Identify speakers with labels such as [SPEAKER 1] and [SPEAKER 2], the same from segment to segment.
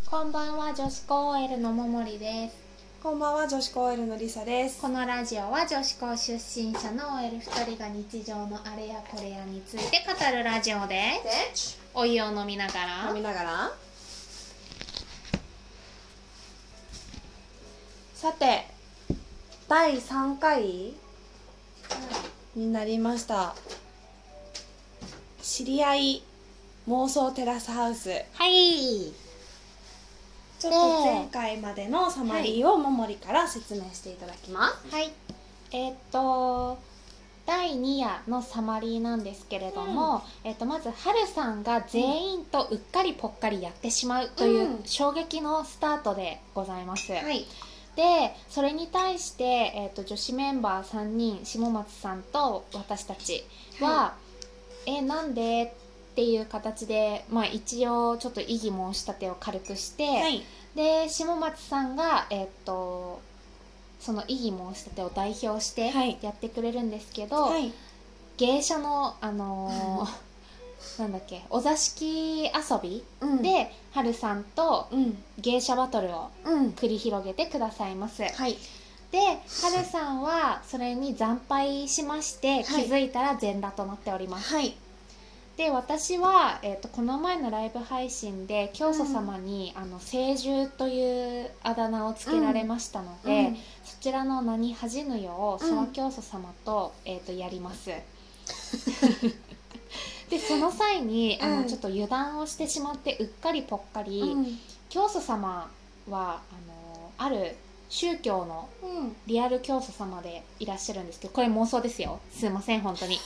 [SPEAKER 1] こんばんは、女子高 OL のももりです。
[SPEAKER 2] こんばんは、女子高 OL のりさです。
[SPEAKER 1] このラジオは女子高出身者の OL2 人が日常のあれやこれやについて語るラジオです。お湯を飲みながら
[SPEAKER 2] さて、第3回になりました。知り合い妄想テラスハウス。
[SPEAKER 1] はい。
[SPEAKER 2] ちょっと前回までのサマリーをももりから説明していただきます。
[SPEAKER 1] はい。第2夜のサマリーなんですけれども、まずはるさんが全員とうっかりぽっかりやってしまうという衝撃のスタートでございます。
[SPEAKER 2] はい。
[SPEAKER 1] でそれに対して、女子メンバー3人下松さんと私たちは、なんでっていう形で、一応ちょっと異議申し立てを軽くして、
[SPEAKER 2] はい、
[SPEAKER 1] で下松さんが、その異議申し立てを代表してやってくれるんですけど、芸者のなんだっけ、お座敷遊びで、はるさんと芸者バトルを繰り広げてくださいます。で、はるさんはそれに惨敗しまして、気づいたら全裸となっております。で、私は、この前のライブ配信で教祖様に、聖獣というあだ名をつけられましたので、そちらの名に恥じぬよう、その教祖様と、やります。でその際にちょっと油断をしてしまってうっかりぽっかり、教祖様はある宗教のリアル教祖様でいらっしゃるんですけど、これ妄想ですよ、すいません本当に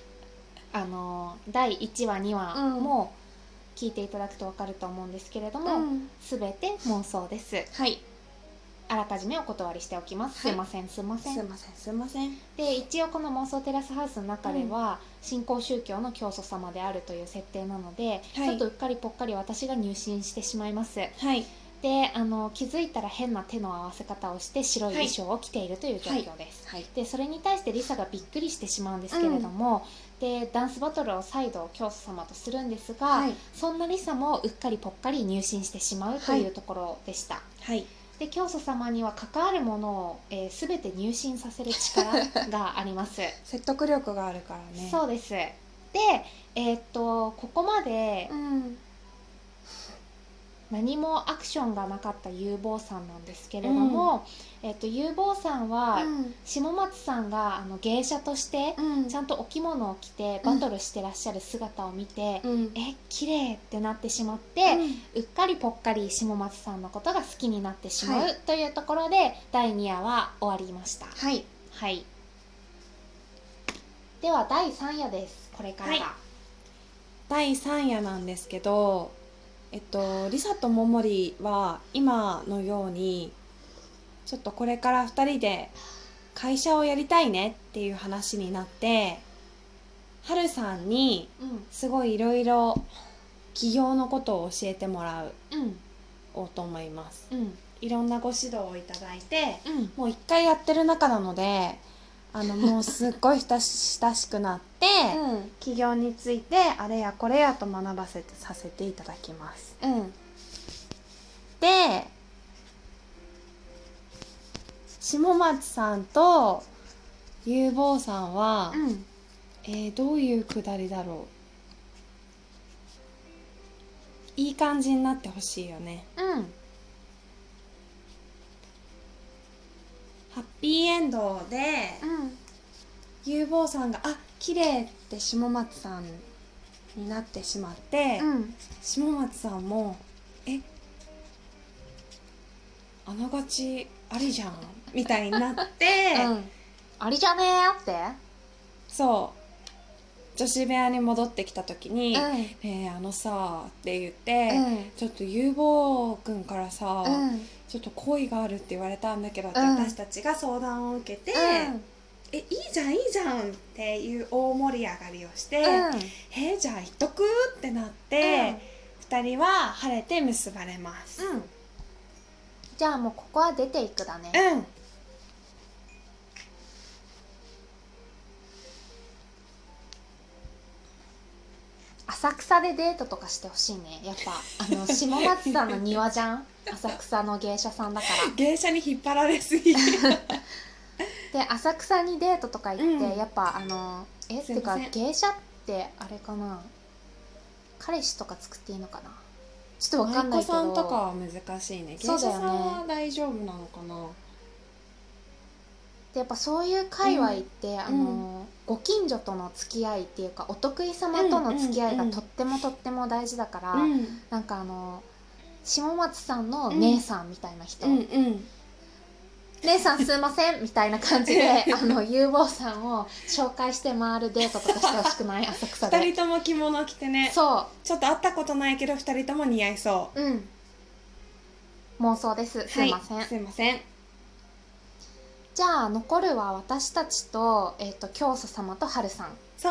[SPEAKER 1] 第1話2話も聞いていただくと分かると思うんですけれども、全て妄想です。あらかじめお断りしておきます。すいません。で、一応この妄想テラスハウスの中では、新興宗教の教祖様であるという設定なので、ちょっとうっかりぽっかり私が入信してしまいます。で気づいたら変な手の合わせ方をして白い衣装を着ているという状況です。でそれに対してリサがびっくりしてしまうんですけれども、でダンスバトルを再度教祖様とするんですが、そんなリサもうっかりぽっかり入信してしまうというところでした。で教祖様には関わるものを、全て入信させる力があります。
[SPEAKER 2] 説得力があるからね。
[SPEAKER 1] そうです。で、ここまで、何もアクションがなかった有望さんなんですけれども、有望さんは、下松さんが芸者としてちゃんとお着物を着てバトルしてらっしゃる姿を見て、綺麗ってなってしまって、うっかりぽっかり下松さんのことが好きになってしまうというところで、第2夜は終わりました。では第3夜です。これからが、
[SPEAKER 2] 第3夜なんですけど、リサとモモリは今のようにちょっとこれから2人で会社をやりたいねっていう話になって、はるさんにすごいいろいろ起業のことを教えてもらおうと思います。いろんなご指導をいただいて、もう1回やってる中なのでもうすっごい親しくなって、起業についてあれやこれやと学ばせてさせていただきます。で下松さんと有望さんは、どういうくだりだろう。いい感じになってほしいよね。ハッピーエンドで、有望さんが綺麗って下松さんになってしまって、下松さんもあながちありじゃんみたいになって、
[SPEAKER 1] ありじゃねーって、
[SPEAKER 2] そう女子部屋に戻ってきた時に「さ」って言って、ちょっと有望くんからさ、ちょっと恋があるって言われたんだけどって私たちが相談を受けて、いいじゃんいいじゃんっていう大盛り上がりをして、じゃあ言っとくってなって、2人は晴れて結ばれます。
[SPEAKER 1] じゃあもうここは出ていくだね。 浅草でデートとかしてほしいね。やっぱ下松さんの庭じゃん浅草の芸者さんだから
[SPEAKER 2] 芸者に引っ張られすぎ
[SPEAKER 1] で浅草にデートとか行って、
[SPEAKER 2] うん、
[SPEAKER 1] やっぱっていうか芸者ってあれかな、彼氏とか作っていいのかな、ちょっと分かんないけど。
[SPEAKER 2] 舞妓さんとかは難しいね。芸者さんは大丈夫なのかな。
[SPEAKER 1] でやっぱそういう界隈って、ご近所との付き合いっていうかお得意様との付き合いがとってもとっても大事だから、なんか下松さんの姉さんみたいな人、姉さんすいませんみたいな感じで有望さんを紹介して回るデートとかしてほしくない？浅草で
[SPEAKER 2] 2人とも着物着てね。
[SPEAKER 1] そう
[SPEAKER 2] ちょっと会ったことないけど2人とも似合いそう。
[SPEAKER 1] 妄想です。すいません、
[SPEAKER 2] すいません。
[SPEAKER 1] じゃあ残るは私たちと、教祖様と春さん。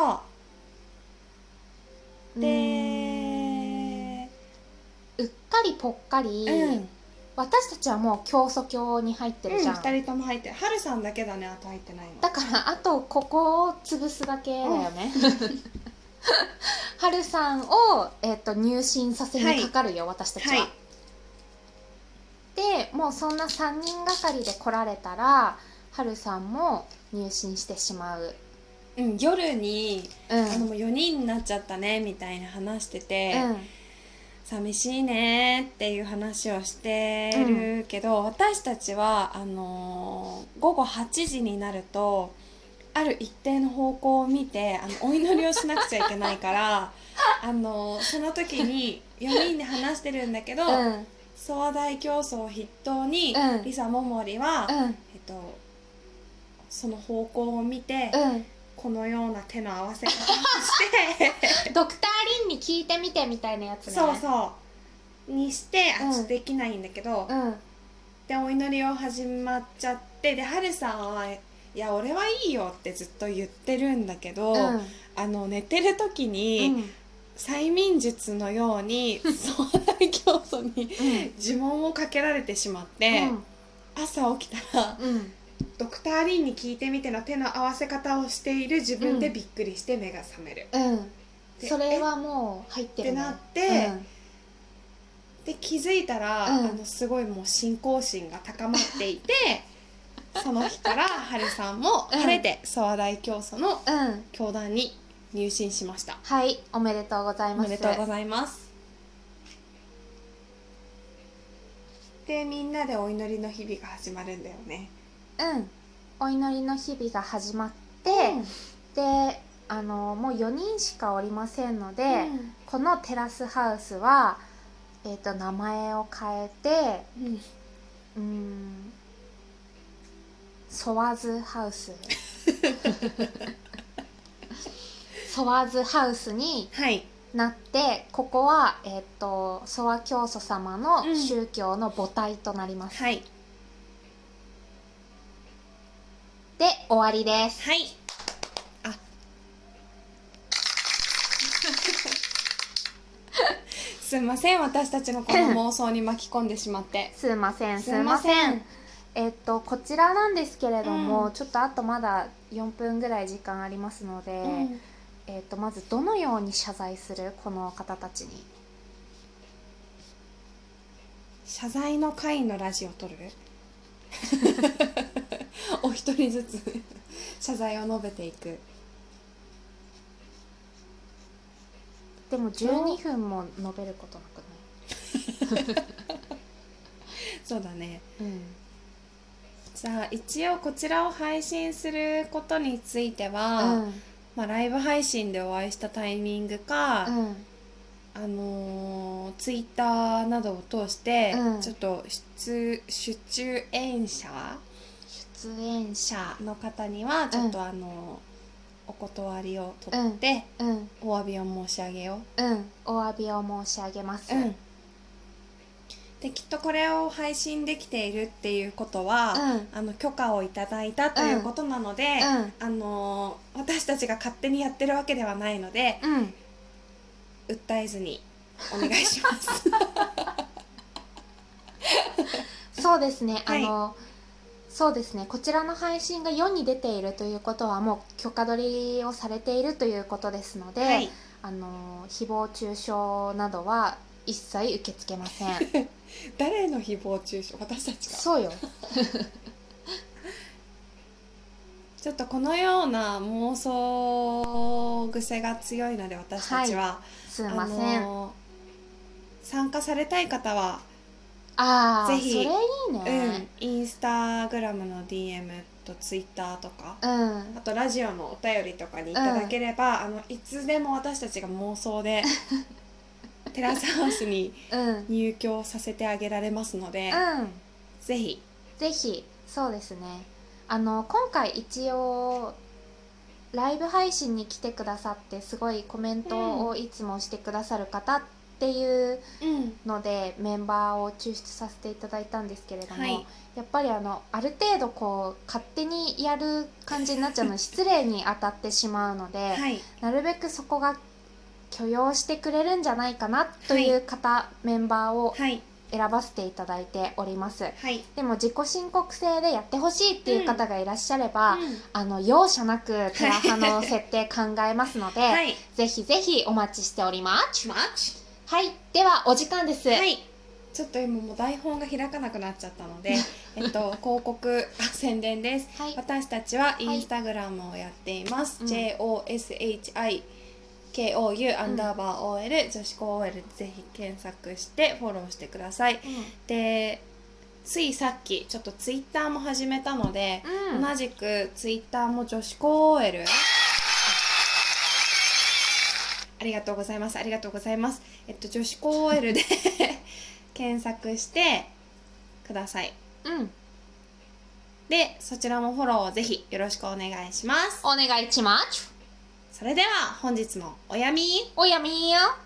[SPEAKER 2] そうで、
[SPEAKER 1] うっかりぽっかり、私たちはもう教祖教に入ってるじゃん、
[SPEAKER 2] 2人とも入ってる。春さんだけだね、あと入ってないの。
[SPEAKER 1] だからあとここを潰すだけだよね、春さんを、入信させにかかるよ、私たちは、でもうそんな3人がかりで来られたら春さんも入信してしまう。
[SPEAKER 2] 夜に、もう4人になっちゃったねみたいな話してて、寂しいねっていう話をしてるけど、私たちは午後8時になるとある一定の方向を見てお祈りをしなくちゃいけないからその時に4人で話してるんだけど、諏訪大教祖を筆頭に、リサ・モモリは、その方向を見て、このような手の合わせ方をして
[SPEAKER 1] ドクター・リンに聞いてみてみたいなやつね。
[SPEAKER 2] そうにしてちょっとできないんだけど、でお祈りを始まっちゃって、で春さんは「いや俺はいいよ」ってずっと言ってるんだけど、寝てる時に、催眠術のように諏訪大教祖に呪文をかけられてしまって、朝起きたら、ドクター・リンに聞いてみての手の合わせ方をしている自分でびっくりして目が覚める、
[SPEAKER 1] それはもう入ってるね
[SPEAKER 2] ってなって、で気づいたら、すごいもう信仰心が高まっていてその日から春さんも晴れて諏訪大教祖の教団に入信しました。
[SPEAKER 1] はい、おめでとうございます。
[SPEAKER 2] おめでとうございます。でみんなでお祈りの日々が始まるんだよね。
[SPEAKER 1] お祈りの日々が始まって、でもう4人しかおりませんので、このテラスハウスは、名前を変えて、ソワズハウスソワズハウスになって、ここは、ソワ教祖様の宗教の母体となります、で終わりです。
[SPEAKER 2] すいません、私たちのこの妄想に巻き込んでしまって
[SPEAKER 1] すいません。こちらなんですけれども、ちょっとあとまだ4分ぐらい時間ありますので、まずどのように謝罪する？この方たちに
[SPEAKER 2] 謝罪の会のラジオ撮るお一人ずつ謝罪を述べていく。
[SPEAKER 1] でも12分も述べることなくない
[SPEAKER 2] そうだね、じゃあ一応こちらを配信することについては、ライブ配信でお会いしたタイミングか、ツイッターなどを通して、ちょっと出演者の方にはちょっとお断りを取って、お詫びを申し上げよう。
[SPEAKER 1] お詫びを申し上げます。
[SPEAKER 2] できっとこれを配信できているっていうことは、許可をいただいたということなので、私たちが勝手にやってるわけではないので、訴えずにお願いします
[SPEAKER 1] そうですね、そうですね、こちらの配信が世に出ているということはもう許可取りをされているということですので、 誹謗中傷などは一切受け付けません。
[SPEAKER 2] 誰の誹謗中傷？私たちが。
[SPEAKER 1] そうよ。
[SPEAKER 2] ちょっとこのような妄想癖が強いので、私たちは、
[SPEAKER 1] はい、すいません。
[SPEAKER 2] 参加されたい方はぜひ
[SPEAKER 1] それいいね、
[SPEAKER 2] インスタグラムの DM とツイッターとか、あとラジオのお便りとかにいただければ、いつでも私たちが妄想でテラスハウスに入居させてあげられますので、ぜひ
[SPEAKER 1] そうですね。今回一応ライブ配信に来てくださってすごいコメントをいつもしてくださる方っていうので、メンバーを抽出させていただいたんですけれども、やっぱりある程度こう勝手にやる感じになっちゃうの失礼に当たってしまうので、なるべくそこが許容してくれるんじゃないかなという方、メンバーを選ばせていただいております、でも自己申告制でやってほしいっていう方がいらっしゃれば、容赦なくテラハの設定考えますので、ぜひぜひお待ちしております。はい、ではお時間です。
[SPEAKER 2] ちょっと今もう台本が開かなくなっちゃったので広告宣伝です、私たちはインスタグラムをやっています、JOSHIKOU _OL 女子高 OL ぜひ検索してフォローしてください、でついさっきちょっとツイッターも始めたので、同じくツイッターも女子高 OL ありがとうございます。女子高 OL で検索してください。で、そちらもフォローをぜひよろしくお願いします。
[SPEAKER 1] お願いします。
[SPEAKER 2] それでは本日もおやみ
[SPEAKER 1] ー。